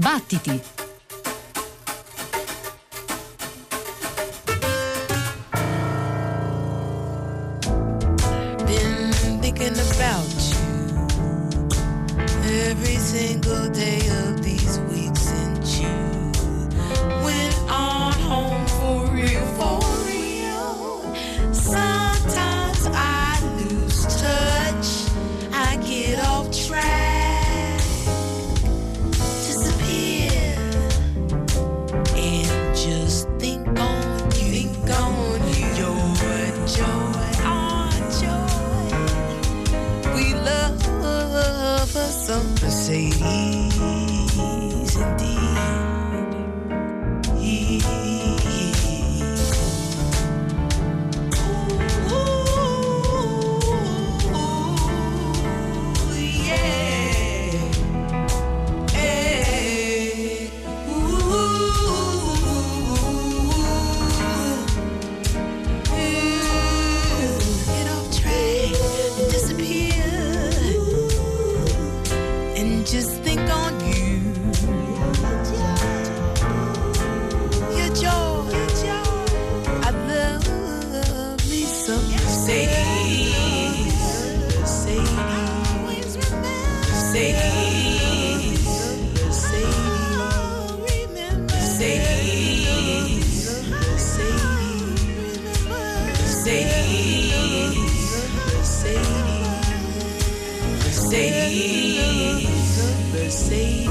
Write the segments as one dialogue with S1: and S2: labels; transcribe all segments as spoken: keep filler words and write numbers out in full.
S1: Battiti!
S2: Been thinking about you every single day of these weeks in June. Went on home for real, for real. Sometimes I lose touch, I get off track, disappear, and just think on you, think on you, your joy, our joy. We love us some Mercedes, indeed. Just think on you, your joy, your joy. I love me some Mercedes, Mercedes, Mercedes, Mercedes, Mercedes, Mercedes.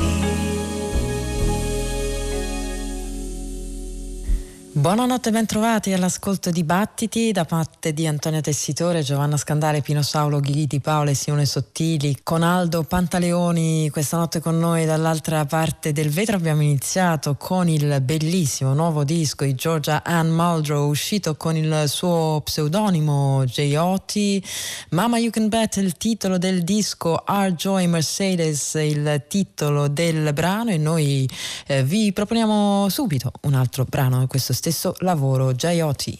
S3: Buonanotte, bentrovati all'ascolto di Battiti da parte di Antonia Tessitore, Giovanna Scandale, Pino Saulo, Ghighi Di Paola e Simone Sottili, con Aldo Pantaleoni questa notte con noi dall'altra parte del vetro. Abbiamo iniziato con il bellissimo nuovo disco di Georgia Ann Muldrow, uscito con il suo pseudonimo J O T. Mama You Can Bet, il titolo del disco, Our Joy Mercedes, il titolo del brano, e noi eh, vi proponiamo subito un altro brano di questo stesso lavoro, J O T.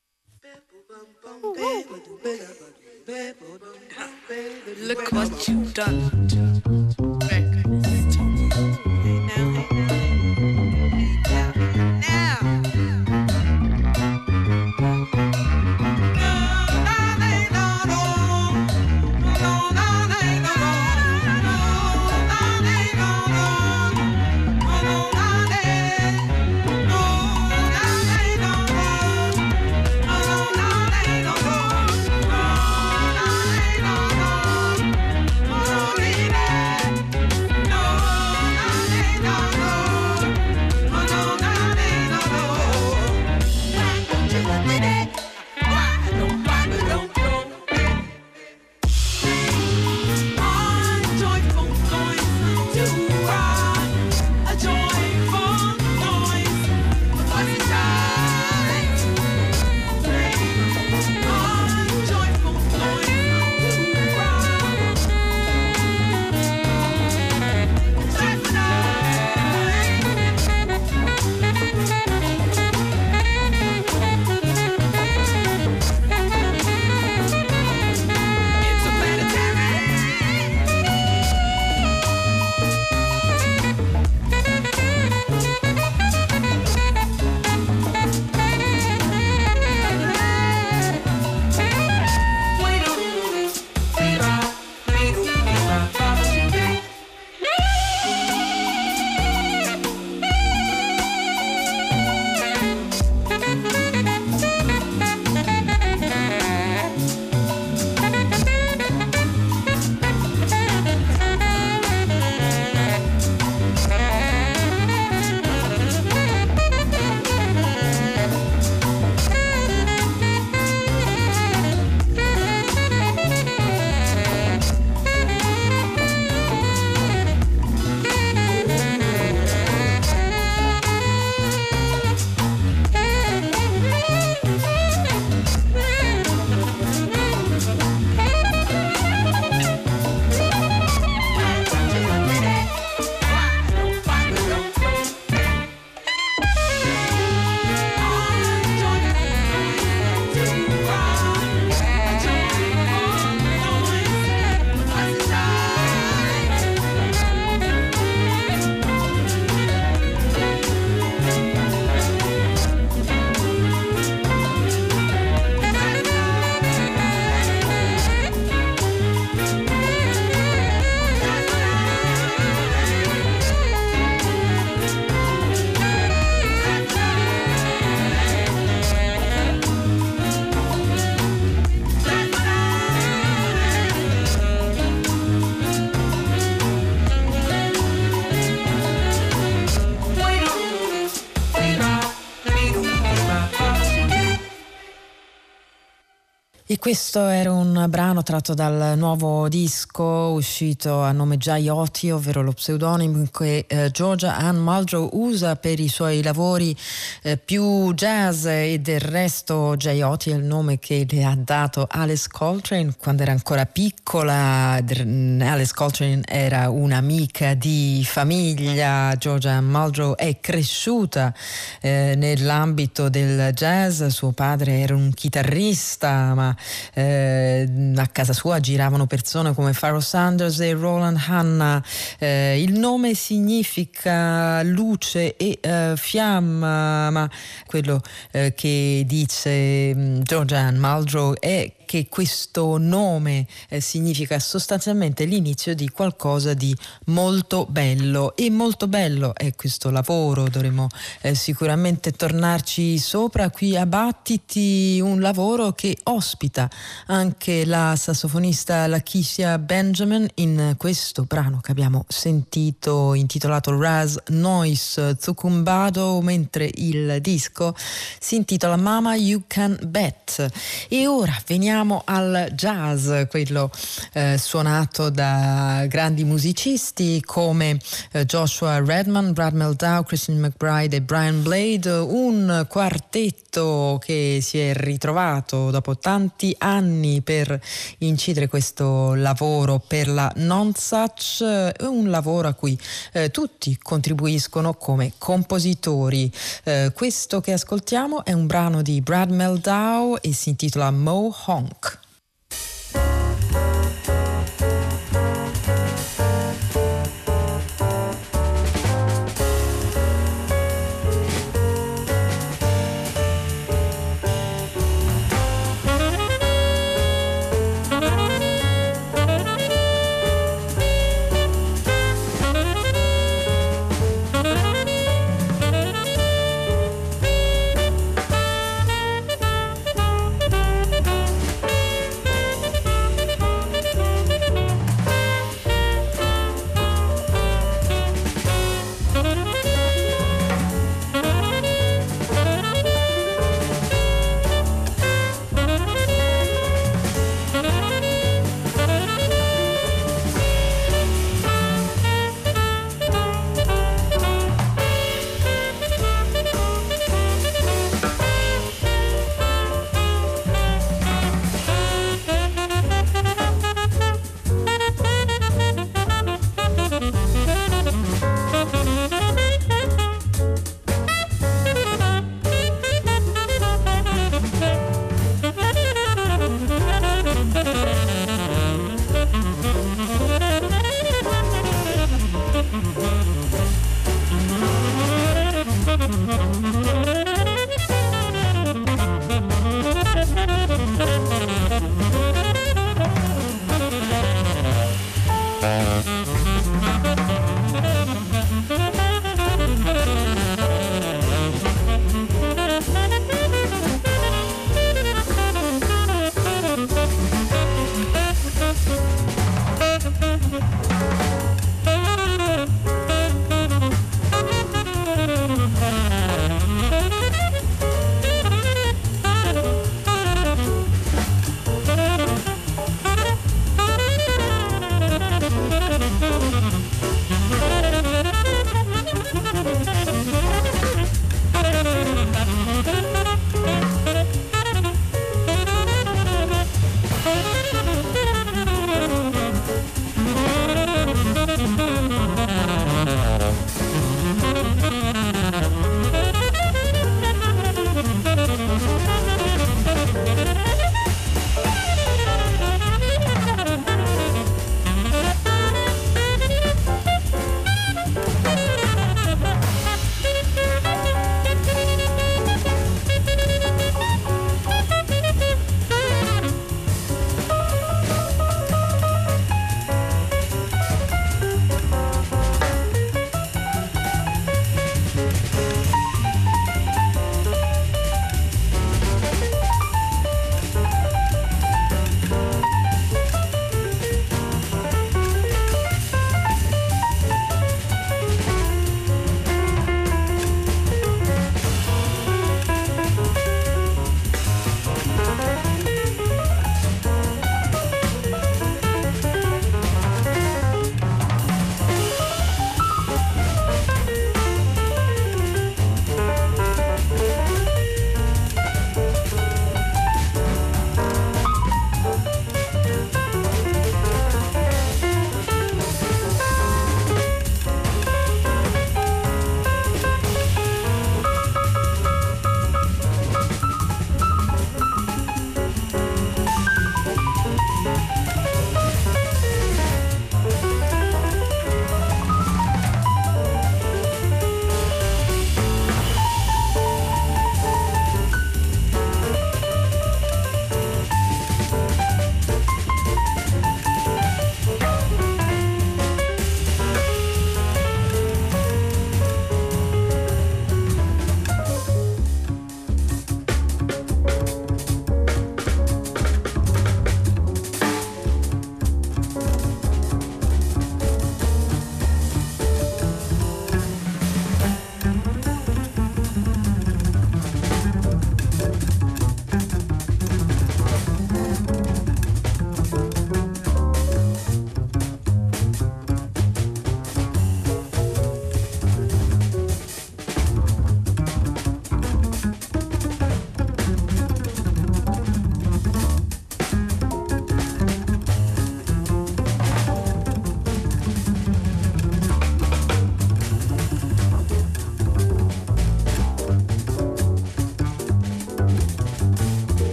S2: Look what you've done.
S4: Baby
S3: E questo era un brano tratto dal nuovo disco uscito a nome Jayoti, ovvero lo pseudonimo che eh, Georgia Ann Muldrow usa per i suoi lavori eh, più jazz, e del resto Jayoti è il nome che le ha dato Alice Coltrane quando era ancora piccola. Alice Coltrane era un'amica di famiglia. Georgia Ann Muldrow è cresciuta eh, nell'ambito del jazz. Suo padre era un chitarrista, ma Eh, a casa sua giravano persone come Pharoah Sanders e Roland Hanna. Eh, il nome significa luce e eh, fiamma, ma quello eh, che dice um, Georgia Ann Muldrow è che questo nome eh, significa sostanzialmente l'inizio di qualcosa di molto bello, e molto bello è questo lavoro. Dovremo eh, sicuramente tornarci sopra qui a Battiti, un lavoro che ospita anche la sassofonista Lakecia Benjamin in questo brano che abbiamo sentito intitolato Ras Noise Tsukumbado, mentre il disco si intitola Mama You Can Bet. E ora veniamo al jazz, quello eh, suonato da grandi musicisti come eh, Joshua Redman, Brad Meldau, Christine McBride e Brian Blade, un quartetto che si è ritrovato dopo tanti anni per incidere questo lavoro per la Nonsuch, un lavoro a cui eh, tutti contribuiscono come compositori. Eh, questo che ascoltiamo è un brano di Brad Meldau e si intitola Mo Honk.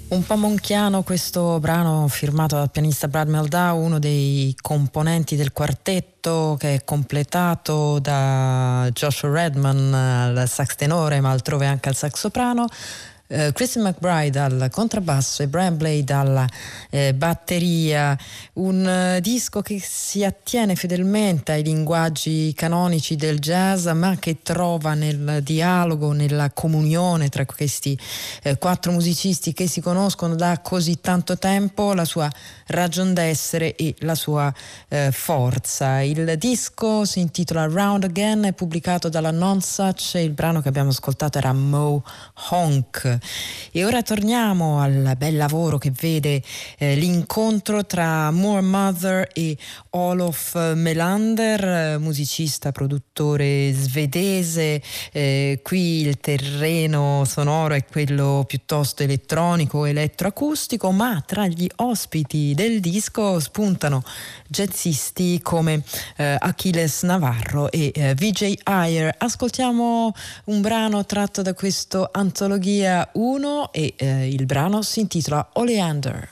S3: Un po' monchiano questo brano firmato dal pianista Brad Mehldau, uno dei componenti del quartetto che è completato da Joshua Redman al sax tenore ma altrove anche al sax soprano, Uh, Christian McBride al contrabbasso e Brian Blade alla eh, batteria. Un uh, disco che si attiene fedelmente ai linguaggi canonici del jazz, ma che trova nel dialogo, nella comunione tra questi eh, quattro musicisti che si conoscono da così tanto tempo, la sua ragion d'essere e la sua eh, forza. Il disco si intitola Round Again, è pubblicato dalla Nonsuch e il brano che abbiamo ascoltato era Mo Honk. E ora torniamo al bel lavoro che vede eh, l'incontro tra Moore Mother e Olof Melander, musicista, produttore svedese. Eh, qui il terreno sonoro è quello piuttosto elettronico, elettroacustico, ma tra gli ospiti del disco spuntano jazzisti come eh, Achilles Navarro e eh, V J Ayer. Ascoltiamo un brano tratto da questo antologia uno e eh, il brano si intitola Oleander.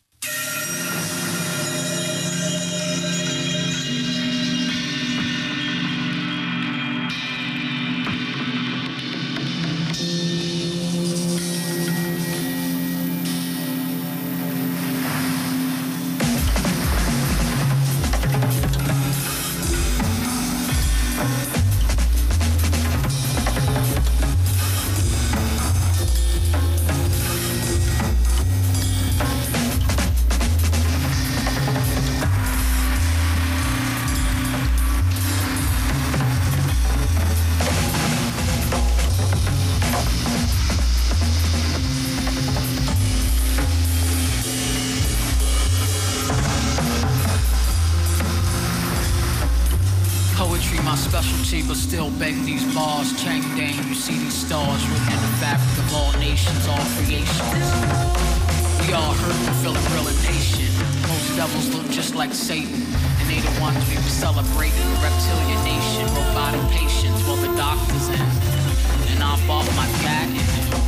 S1: But still beg these bars, Chang Dang, you see these stars written in the fabric of all nations, all creations. We all hurt and feel real impatient. Most devils look just like Satan, and they the ones we be celebrating. The reptilian nation, robotic patience, while the doctor's in. And I bought my patent.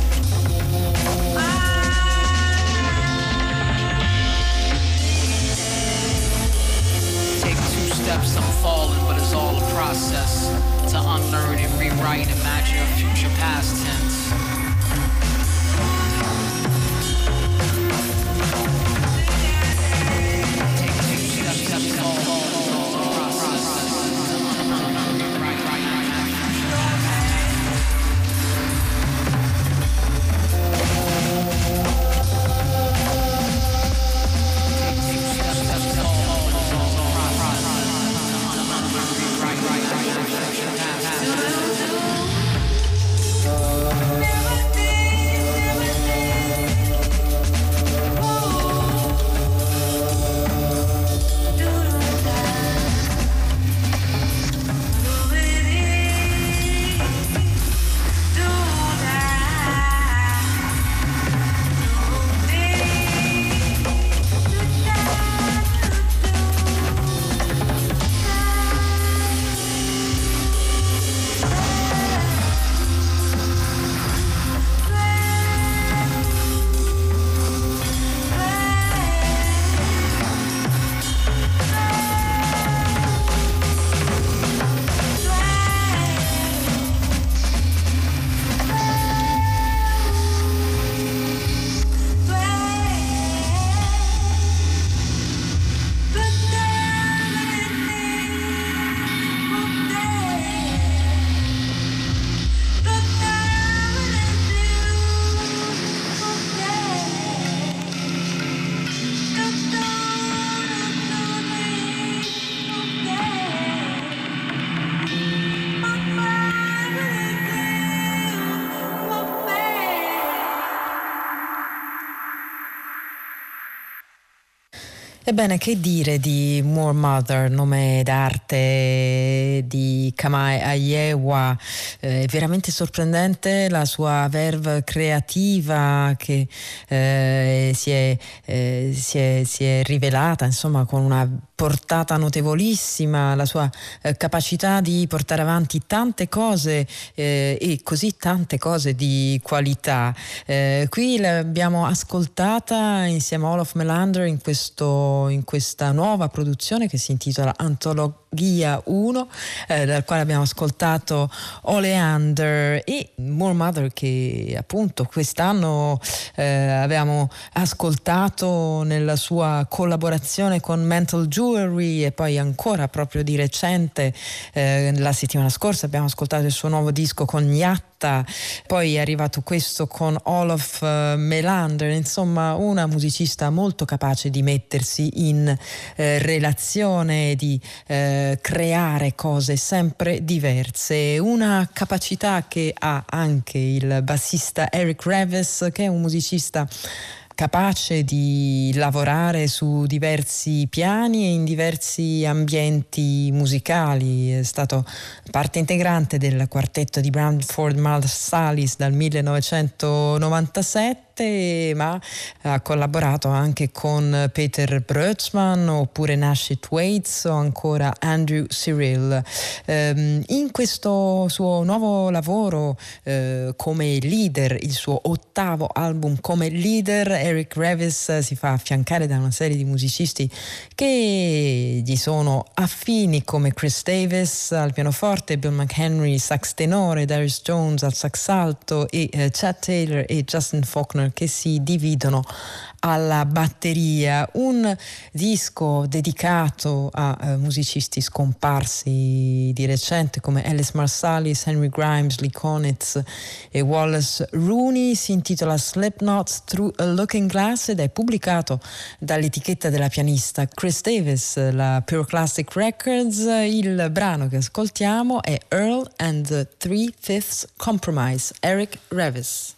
S1: Take two steps, I'm falling, but it's all a process. To unlearn and rewrite, imagine a future past tense. Take two steps, steps, fall, fall, fall, process. To unlearn and rewrite, imagine a future past tense. Take two steps, steps, fall, fall, fall, process. To unlearn and rewrite, imagine a future past tense.
S3: Ebbene, che dire di Moor Mother, nome d'arte di Kamai Ayewa? È veramente sorprendente la sua verve creativa che eh, si, è, eh, si, è, si è rivelata, insomma, con una portata notevolissima, la sua eh, capacità di portare avanti tante cose eh, e così tante cose di qualità. Eh, qui l'abbiamo ascoltata insieme a Olof Melander in questo in questa nuova produzione che si intitola Antologia uno, eh, dal quale abbiamo ascoltato Oleander e Moor Mother, che appunto quest'anno eh, avevamo ascoltato nella sua collaborazione con Mental Jewelry, e poi ancora proprio di recente eh, la settimana scorsa abbiamo ascoltato il suo nuovo disco con Yatta. Poi è arrivato questo con Olof Melander, insomma una musicista molto capace di mettersi in eh, relazione, di eh, creare cose sempre diverse, una capacità che ha anche il bassista Eric Revis, che è un musicista capace di lavorare su diversi piani e in diversi ambienti musicali. È stato parte integrante del quartetto di Branford Marsalis dal millenovecentonovantasette, ma ha collaborato anche con Peter Brötzmann oppure Nash Thwaites o ancora Andrew Cyril. Um, in questo suo nuovo lavoro uh, come leader, il suo ottavo album come leader, Eric Revis si fa affiancare da una serie di musicisti che gli sono affini, come Chris Davis al pianoforte, Bill McHenry sax tenore, Darius Jones al sax alto e uh, Chad Taylor e Justin Faulkner che si dividono alla batteria. Un disco dedicato a uh, musicisti scomparsi di recente come Alice Marsalis, Henry Grimes, Lee Konitz e Wallace Rooney. Si intitola Slipknot Through a Looking Glass ed è pubblicato dall'etichetta della pianista Chris Davis, la Pure Classic Records. Il brano che ascoltiamo è Earl and the Three-Fifths Compromise, Eric Revis.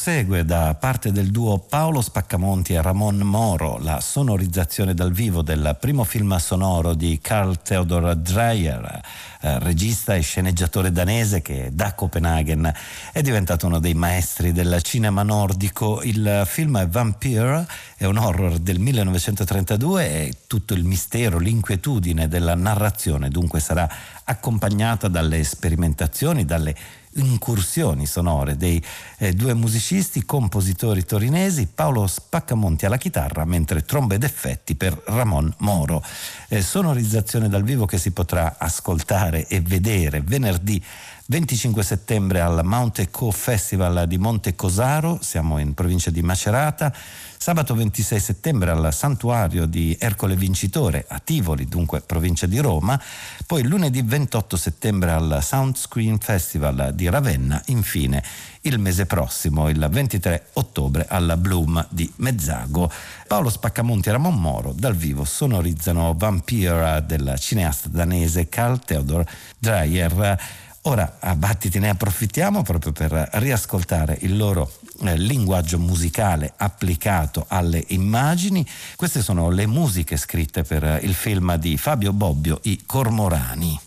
S4: prosegue da parte del duo Paolo Spaccamonti e Ramon Moro la sonorizzazione dal vivo del primo film sonoro di Carl Theodor Dreyer, eh, regista e sceneggiatore danese che da Copenaghen è diventato uno dei maestri del cinema nordico. Il film è Vampire, è un horror del millenovecentotrentadue e tutto il mistero, l'inquietudine della narrazione dunque sarà accompagnata dalle sperimentazioni, dalle incursioni sonore dei eh, due musicisti, compositori torinesi, Paolo Spaccamonti alla chitarra, mentre trombe ed effetti per Ramon Moro. Eh, sonorizzazione dal vivo che si potrà ascoltare e vedere venerdì venticinque settembre al Mount Echo Festival di Monte Cosaro, siamo in provincia di Macerata, sabato ventisei settembre al Santuario di Ercole Vincitore a Tivoli, dunque provincia di Roma, poi lunedì ventotto settembre al Soundscreen Festival di Ravenna, infine il mese prossimo, il ventitré ottobre, alla Bloom di Mezzago. Paolo Spaccamonti e Ramon Moro dal vivo sonorizzano Vampire del cineasta danese Carl Theodor Dreyer. Ora a Battiti ne approfittiamo proprio per riascoltare il loro eh, linguaggio musicale applicato alle immagini. Queste sono le musiche scritte per il film di Fabio Bobbio, I Cormorani.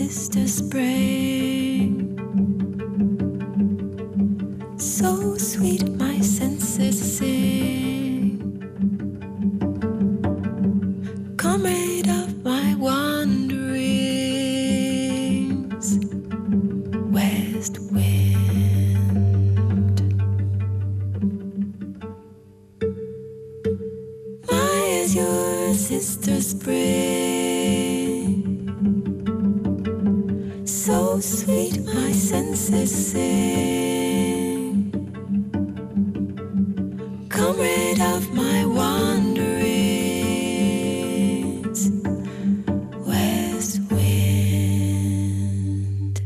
S2: sister spring. So sweet my senses sing. Comrade of my wanderings, west wind. My is your sister spring. So sweet my senses sing. Comrade of my wanderings, west wind.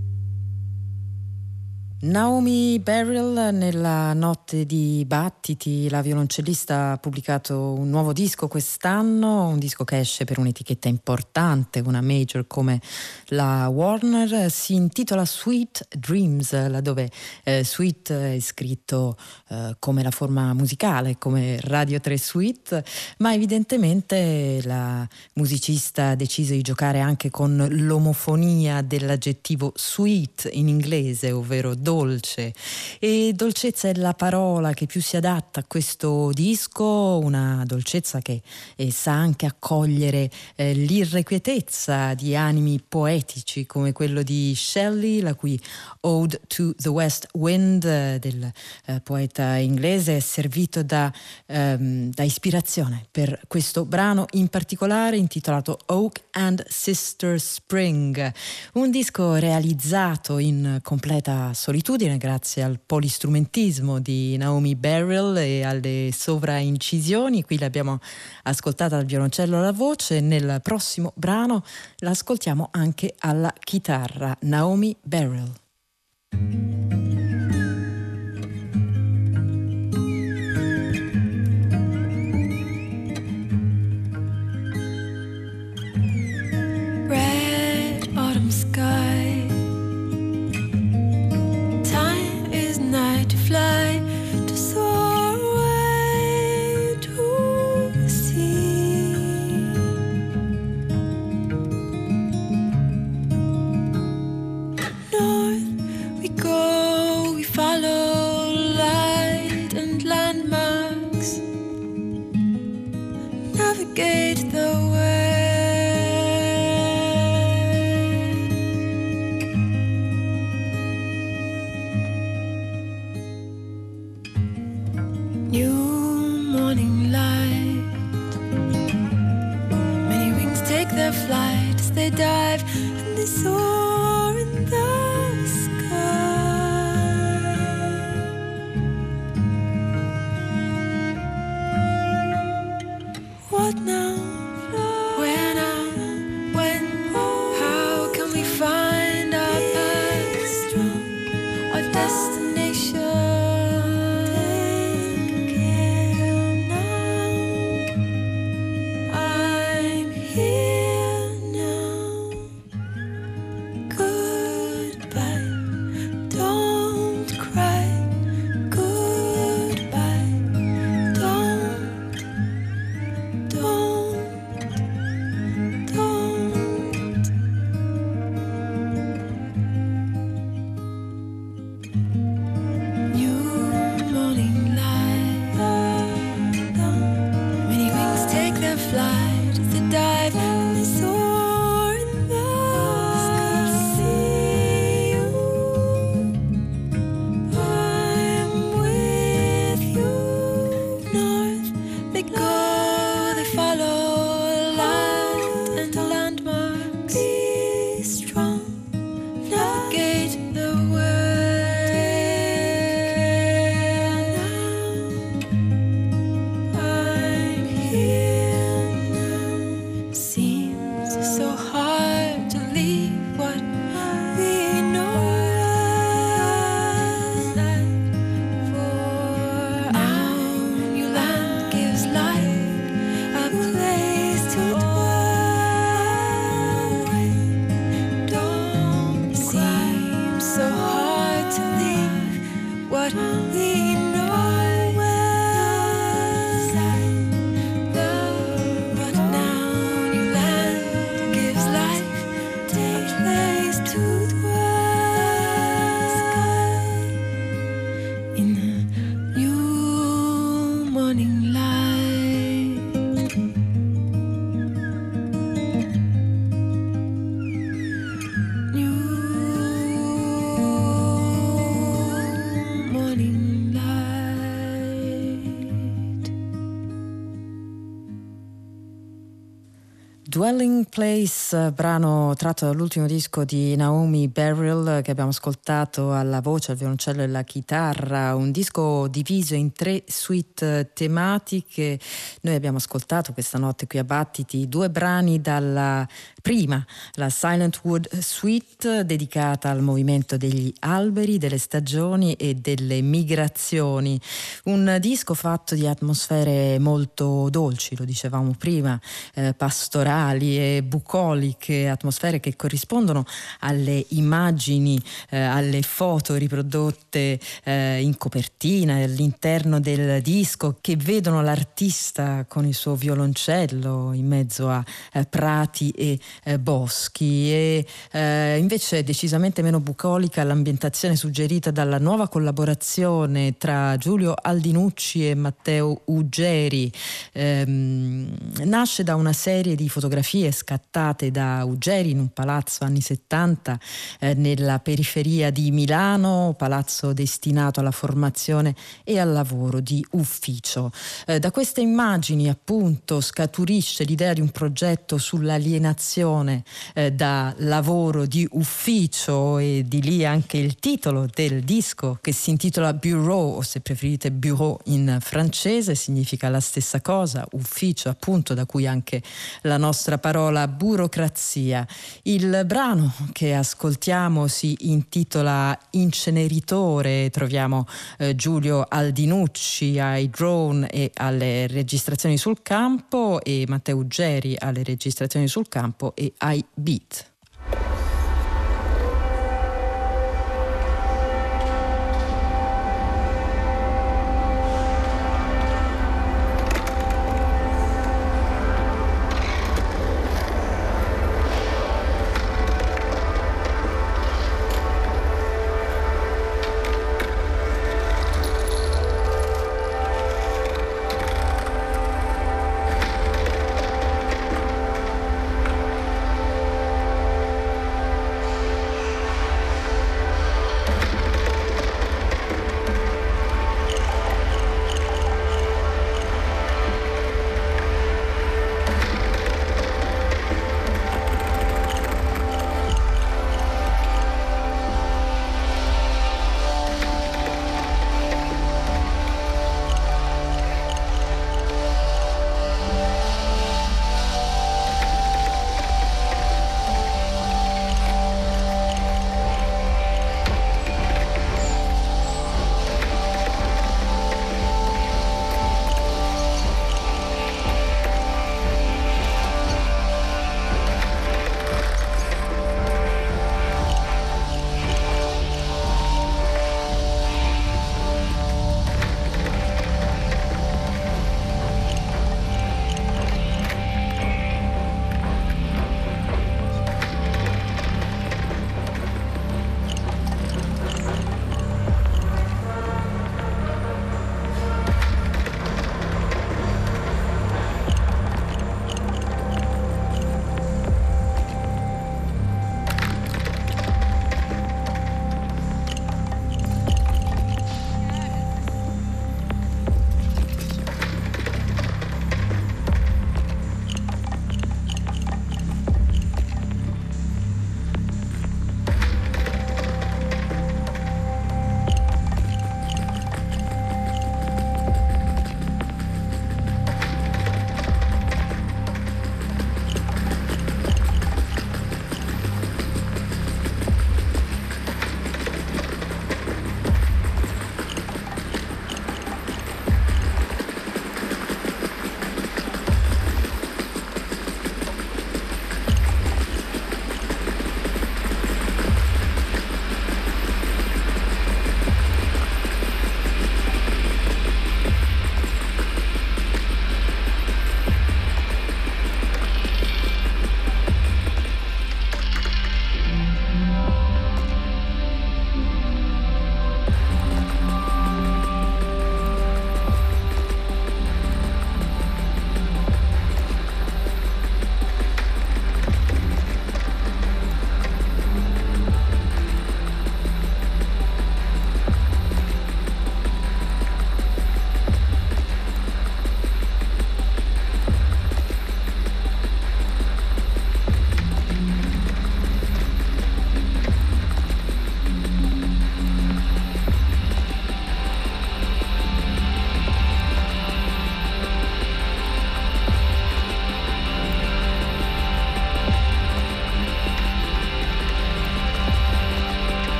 S3: Naomi Beryl nella notte di battiti, la violoncellista ha pubblicato un nuovo disco quest'anno, un disco che esce per un'etichetta importante, una major come la Warner, si intitola Sweet Dreams, laddove eh, Sweet è scritto eh, come la forma musicale, come Radio tre Sweet, ma evidentemente la musicista ha deciso di giocare anche con l'omofonia dell'aggettivo sweet in inglese, ovvero dolce, e dolcezza è la parola che più si adatta a questo disco, una dolcezza che eh, sa anche accogliere eh, l'irrequietezza di animi poetici come quello di Shelley, la cui Ode to the West Wind eh, del eh, poeta inglese è servito da, ehm, da ispirazione per questo brano in particolare intitolato Oak and Sister Spring, un disco realizzato in completa solitudine grazie al polistrumentismo di Naomi Beryl e alle sovraincisioni. Qui l'abbiamo ascoltata al violoncello alla voce, nel prossimo brano l'ascoltiamo anche alla chitarra. Naomi Beryl.
S2: Red autumn sky, time is night to fly, to soar away to the sea. North we go, we follow light and landmarks, navigate the way. New morning light, many wings take their flight as they dive and they soar in the sky. What now? Where now? When? How can we find our path, our destination? Take care now. I'm here now. Goodbye. Don't cry. Goodbye. Don't, don't, don't. New morning light, many wings take their flight as they dive and they soar in the sky. See you, I'm with you. North they go, they follow light and landmarks. Be strong, navigate the way. Now I'm here now. Seems
S3: Dwelling Place, brano tratto dall'ultimo disco di Naomi Beryl che abbiamo ascoltato alla voce, al violoncello e alla chitarra, un disco diviso in tre suite tematiche. Noi abbiamo ascoltato questa notte qui a Battiti due brani dalla prima, la Silent Wood Suite, dedicata al movimento degli alberi, delle stagioni e delle migrazioni. Un disco fatto di atmosfere molto dolci, lo dicevamo prima, eh, pastorali e bucoliche, atmosfere che corrispondono alle immagini, eh, alle foto riprodotte eh, in copertina all'interno del disco, che vedono l'artista con il suo violoncello in mezzo a eh, prati e eh, boschi. E eh, invece decisamente meno bucolica l'ambientazione suggerita dalla nuova collaborazione tra Giulio Aldinucci e Matteo Uggeri. Ehm, nasce da una serie di fotografie scattate da Uggeri in un palazzo anni settanta eh, nella periferia di Milano, palazzo destinato alla formazione e al lavoro di ufficio. Eh, da queste immagini appunto scaturisce l'idea di un progetto sull'alienazione eh, da lavoro di ufficio, e di lì anche il titolo del disco, che si intitola Bureau, o se preferite Bureau in francese, significa la stessa cosa, ufficio appunto, da cui anche la nostra parola burocrazia. Il brano che ascoltiamo si intitola Inceneritore. Troviamo eh, Giulio Aldinucci ai drone e alle registrazioni sul campo, e Matteo Uggeri alle registrazioni sul campo e ai beat.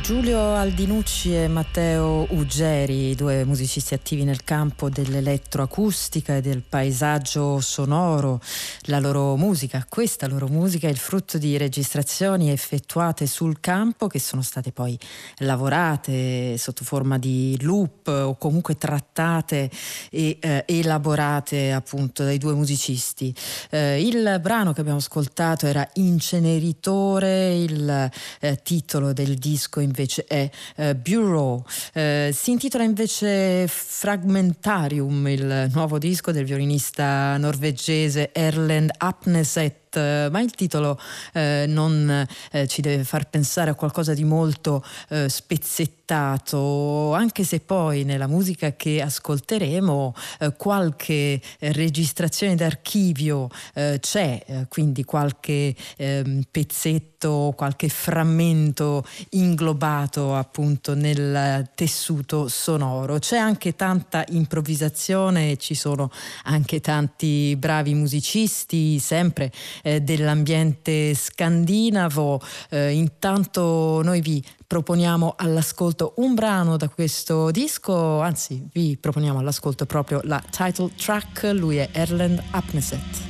S3: Giulio Aldinucci e Matteo Uggeri, due musicisti attivi nel campo dell'elettroacustica e del paesaggio sonoro. La loro musica, questa loro musica è il frutto di registrazioni effettuate sul campo che sono state poi lavorate sotto forma di loop o comunque trattate e eh, elaborate appunto dai due musicisti. Eh, il brano che abbiamo ascoltato era Inceneritore, il eh, titolo del disco invece è uh, Bureau. Uh, si intitola invece Fragmentarium, il nuovo disco del violinista norvegese Erlend Apneset, ma il titolo eh, non eh, ci deve far pensare a qualcosa di molto eh, spezzettato, anche se poi nella musica che ascolteremo eh, qualche eh, registrazione d'archivio eh, c'è, eh, quindi qualche eh, pezzetto, qualche frammento inglobato appunto nel tessuto sonoro. C'è anche tanta improvvisazione, ci sono anche tanti bravi musicisti, sempre eh, dell'ambiente scandinavo. Eh, intanto noi vi proponiamo all'ascolto un brano da questo disco, anzi vi proponiamo all'ascolto proprio la title track. Lui è Erlend Apneset.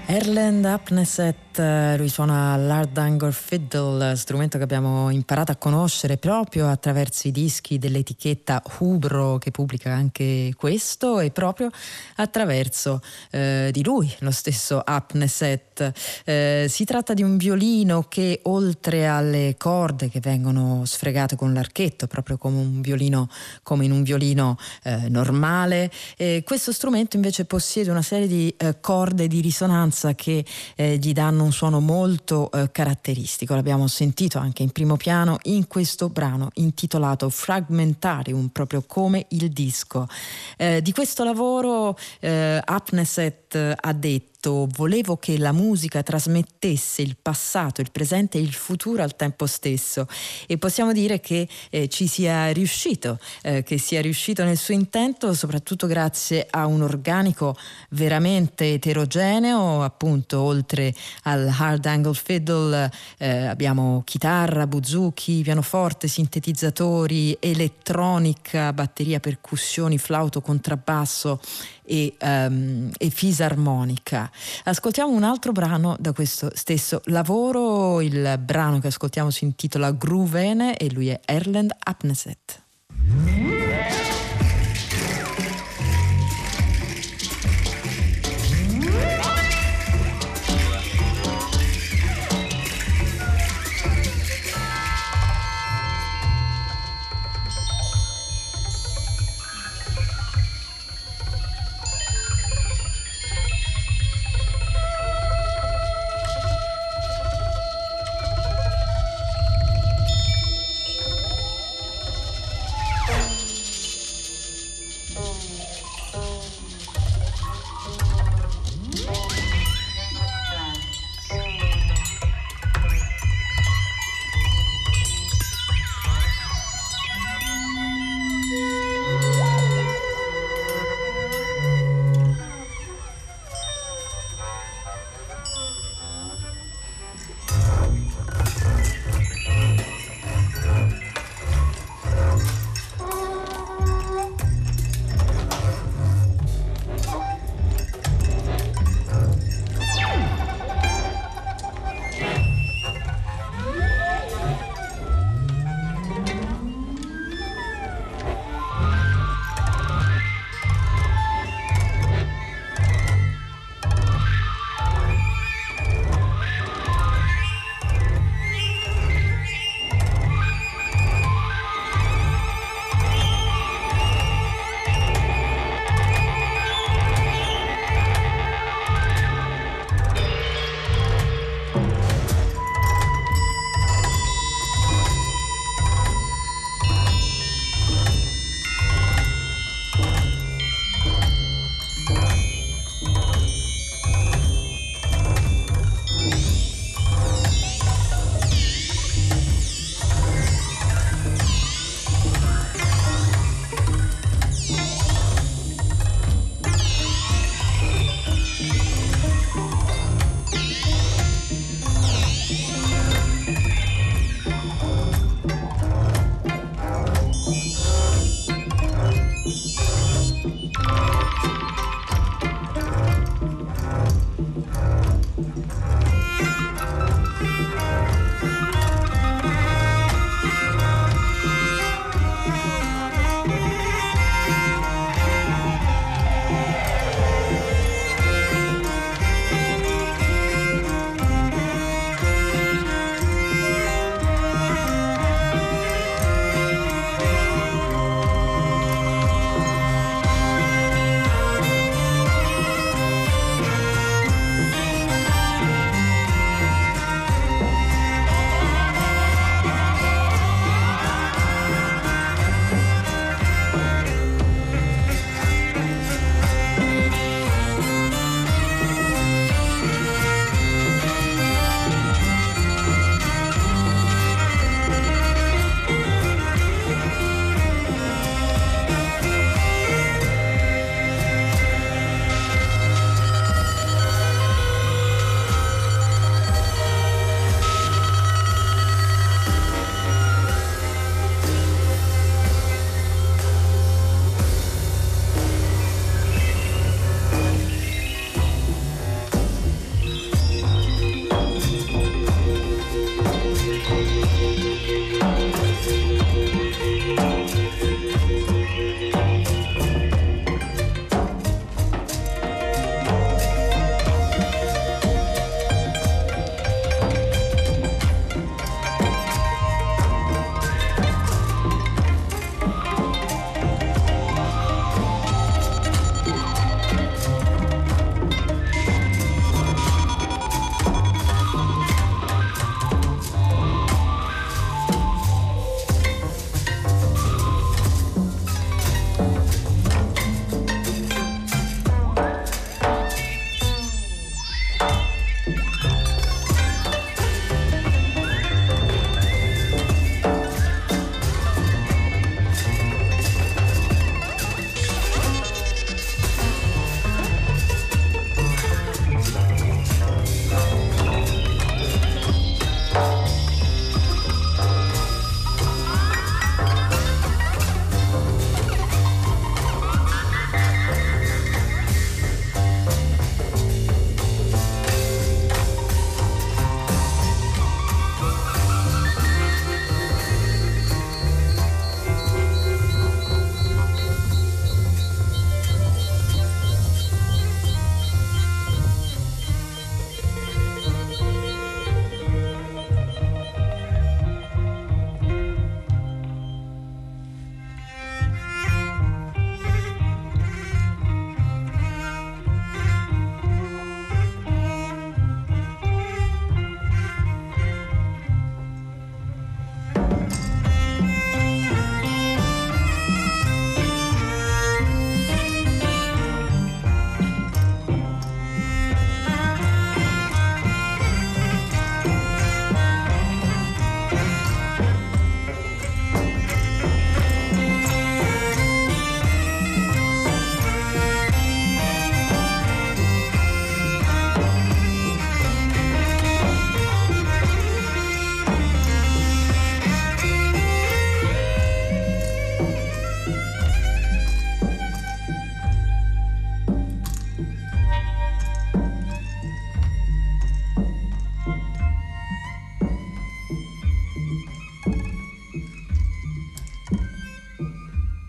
S3: Erland Apneset, lui suona l'Hardanger Fiddle, strumento che abbiamo imparato a conoscere proprio attraverso i dischi dell'etichetta Hubro, che pubblica anche questo, e proprio attraverso eh, di lui, lo stesso Apneset. Eh, si tratta di un violino che, oltre alle corde che vengono sfregate con l'archetto, proprio come un violino, come in un violino eh, normale, eh, questo strumento invece possiede una serie di eh, corde di risonanza che eh, gli danno un suono molto eh, caratteristico. L'abbiamo sentito anche in primo piano in questo brano intitolato Fragmentarium, proprio come il disco. Eh, di questo lavoro eh, Apneset ha detto: volevo che la musica trasmettesse il passato, il presente e il futuro al tempo stesso, e possiamo dire che eh, ci sia riuscito, eh, che sia riuscito nel suo intento, soprattutto grazie a un organico veramente eterogeneo. Appunto, oltre al hard angle fiddle eh, abbiamo chitarra, buzuki, pianoforte, sintetizzatori, elettronica, batteria, percussioni, flauto, contrabbasso e, um, e fisarmonica. Ascoltiamo un altro brano da questo stesso lavoro. Il brano che ascoltiamo si intitola Groovene e lui è Erland Apneset.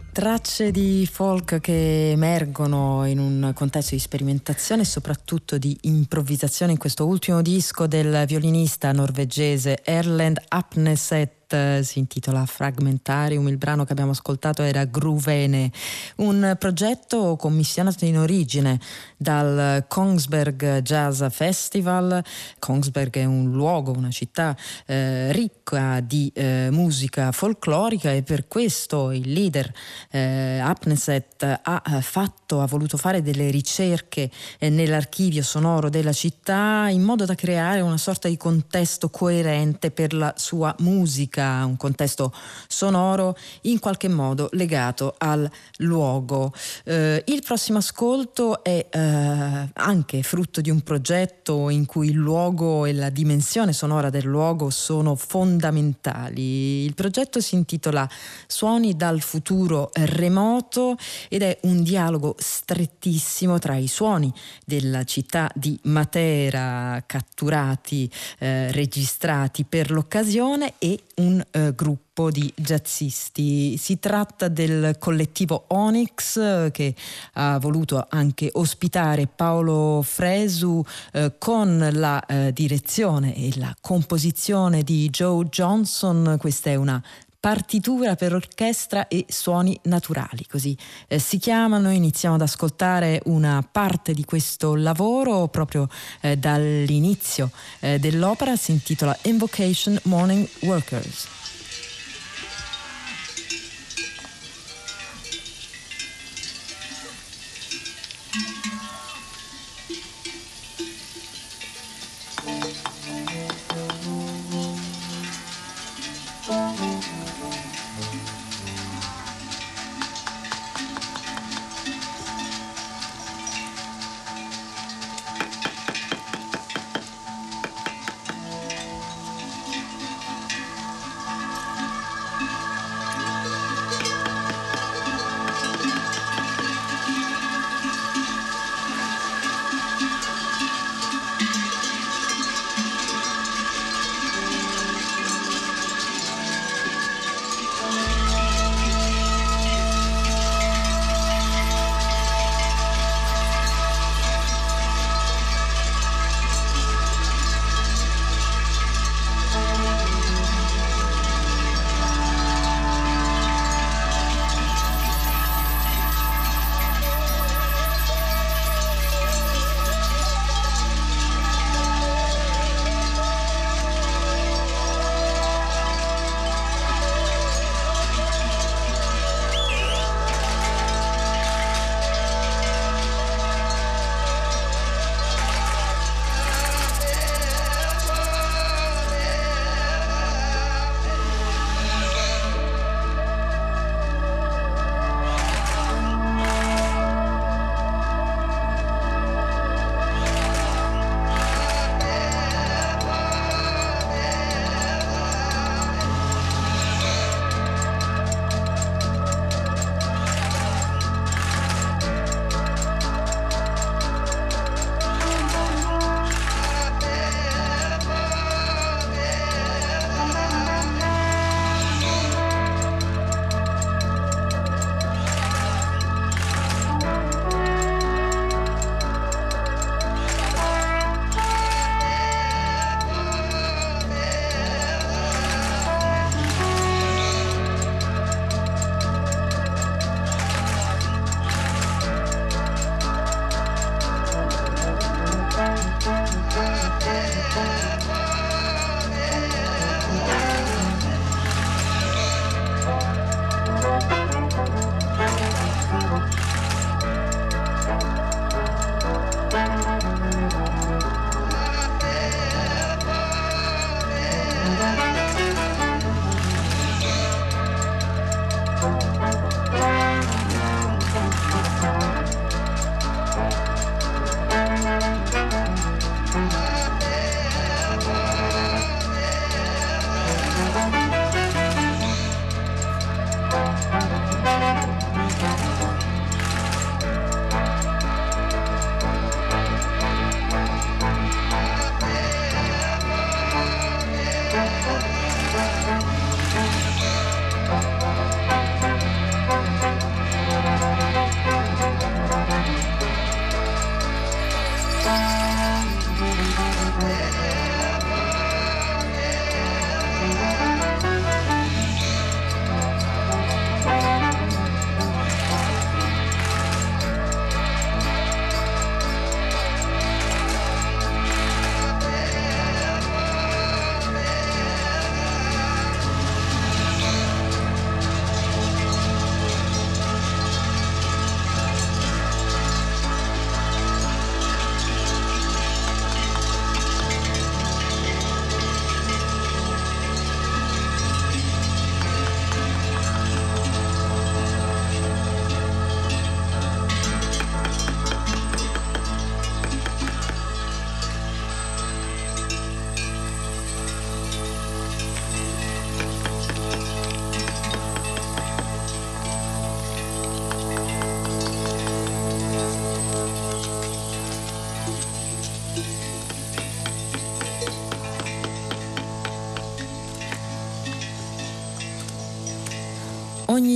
S3: Tracce di folk che emergono in un contesto di sperimentazione e soprattutto di improvvisazione in questo ultimo disco del violinista norvegese Erlend Apneset. Si intitola Fragmentarium, il brano che abbiamo ascoltato era Groovene, un progetto commissionato in origine dal Kongsberg Jazz Festival. Kongsberg è un luogo, una città eh, ricca di eh, musica folclorica, e per questo il leader eh, Apneset ha fatto, ha voluto fare delle ricerche eh, nell'archivio sonoro della città in modo da creare una sorta di contesto coerente per la sua musica, un contesto sonoro in qualche modo legato al luogo. Eh, il prossimo ascolto è eh, anche frutto di un progetto in cui il luogo e la dimensione sonora del luogo sono fondamentali. Il progetto si intitola Suoni dal futuro remoto ed è un dialogo strettissimo tra i suoni della città di Matera catturati, eh, registrati per l'occasione, e un eh, gruppo di jazzisti. Si tratta del collettivo Onyx, eh, che ha voluto anche ospitare Paolo Fresu eh, con la eh, direzione e la composizione di Joe Johnson. Questa è una partitura per orchestra e suoni naturali, così eh, si chiamano. Iniziamo ad ascoltare una parte di questo lavoro proprio eh, dall'inizio eh, dell'opera. Si intitola Invocation Morning Workers.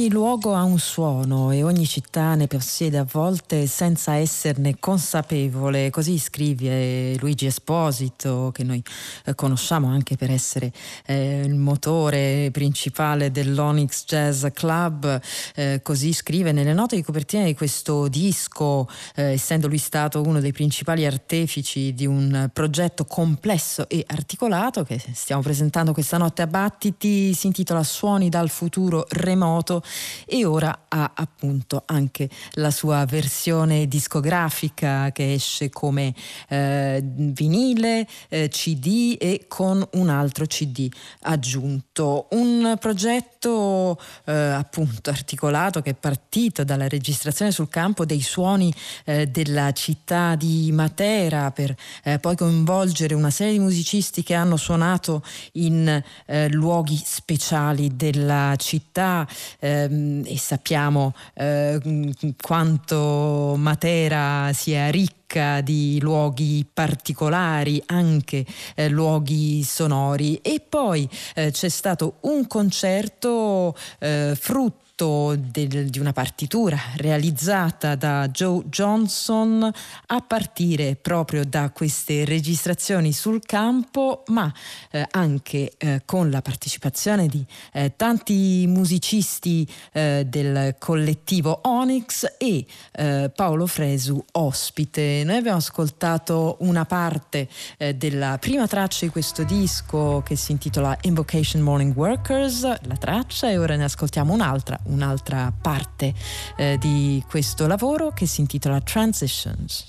S3: Ogni luogo ha un suono e ogni città ne possiede a volte senza esserne consapevole, così scrive Luigi Esposito, che noi eh, conosciamo anche per essere eh, il motore principale dell'Onyx Jazz Club. Eh, così scrive nelle note di copertina di questo disco, eh, essendo lui stato uno dei principali artefici di un progetto complesso e articolato che stiamo presentando questa notte a Battiti. Si intitola Suoni dal futuro remoto e ora ha appunto anche la sua versione discografica che esce come eh, vinile, eh, C D e con un altro C D aggiunto. Un progetto eh, appunto articolato che è partito dalla registrazione sul campo dei suoni eh, della città di Matera per eh, poi coinvolgere una serie di musicisti che hanno suonato in eh, luoghi speciali della città. Ehm, e sappiamo eh, quanto Matera sia ricca di luoghi particolari, anche eh, luoghi sonori. E poi eh, c'è stato un concerto eh, frutto Del, di una partitura realizzata da Joe Johnson a partire proprio da queste registrazioni sul campo, ma eh, anche eh, con la partecipazione di eh, tanti musicisti eh, del collettivo Onyx e eh, Paolo Fresu ospite. Noi abbiamo ascoltato una parte eh, della prima traccia di questo disco che si intitola Invocation Morning Workers, la traccia, e ora ne ascoltiamo un'altra un'altra parte eh, di questo lavoro che si intitola Transitions.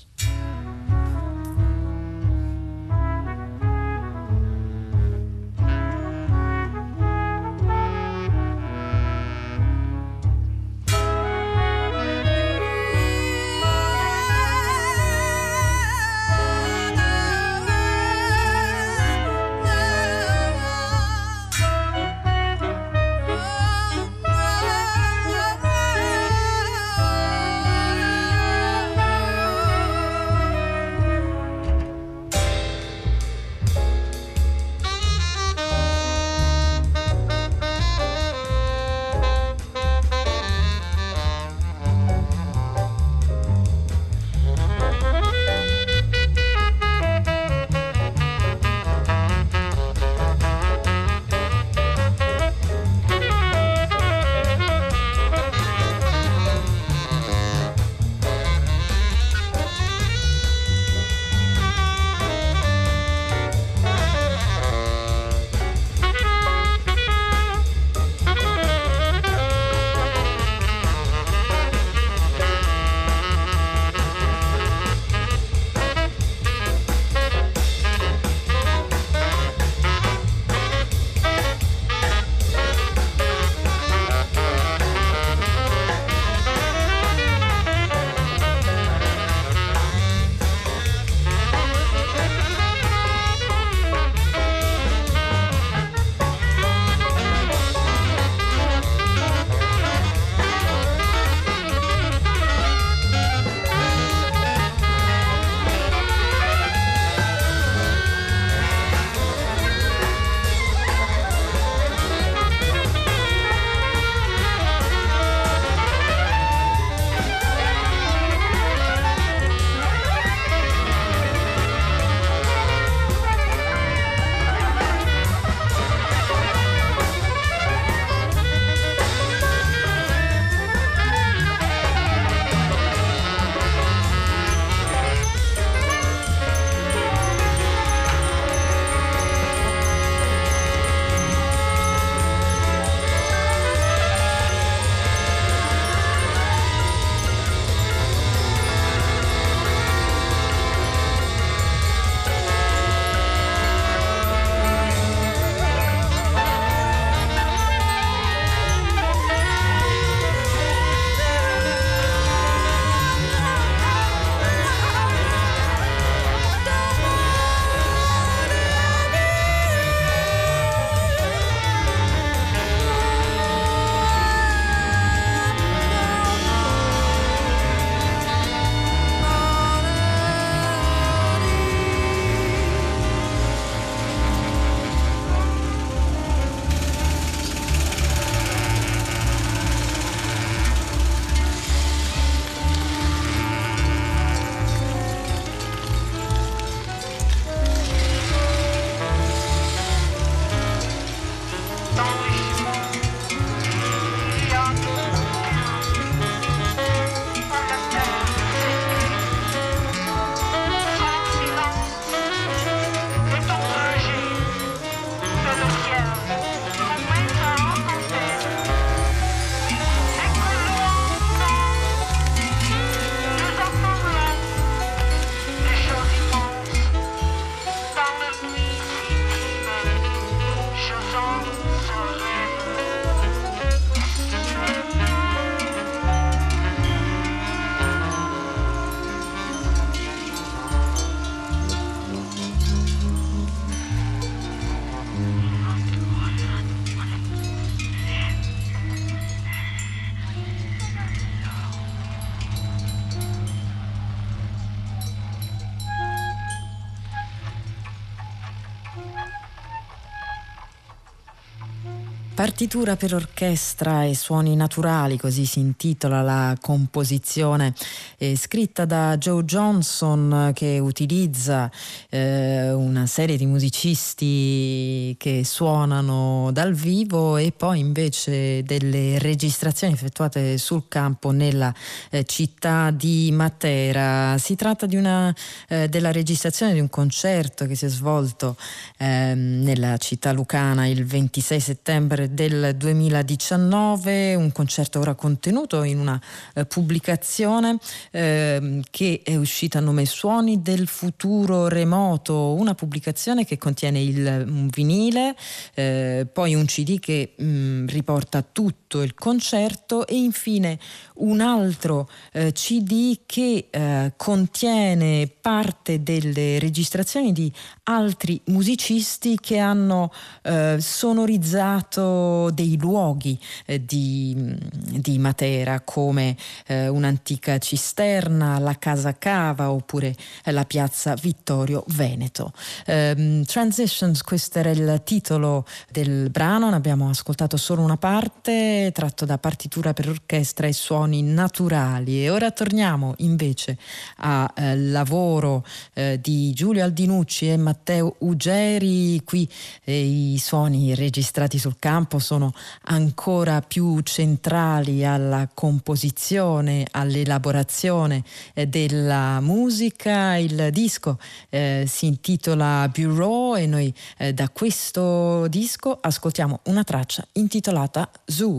S3: Partitura per orchestra e suoni naturali, così si intitola la composizione, eh, scritta da Joe Johnson, che utilizza eh, una serie di musicisti che suonano dal vivo e poi invece delle registrazioni effettuate sul campo nella eh, città di Matera. Si tratta di una, eh, della registrazione di un concerto che si è svolto eh, nella città lucana il ventisei settembre del duemiladiciannove, un concerto ora contenuto in una eh, pubblicazione eh, che è uscita a nome Suoni del futuro remoto, una pubblicazione che contiene il, un vinile, eh, poi un C D che mh, riporta tutto il concerto e infine un altro eh, C D che eh, contiene parte delle registrazioni di altri musicisti che hanno eh, sonorizzato dei luoghi eh, di, di Matera, come eh, un'antica cisterna, la Casa Cava oppure eh, la piazza Vittorio Veneto. Um, Transitions, questo era il titolo del brano, ne abbiamo ascoltato solo una parte, tratto da partitura per orchestra e suoni naturali. E ora torniamo invece al eh, lavoro eh, di Giulio Aldinucci e Matteo Ugeri. Qui eh, i suoni registrati sul campo sono ancora più centrali alla composizione, all'elaborazione eh, della musica. Il disco eh, si intitola Bureau e noi eh, da questo disco ascoltiamo una traccia intitolata Zoo.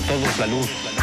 S5: todos la luz.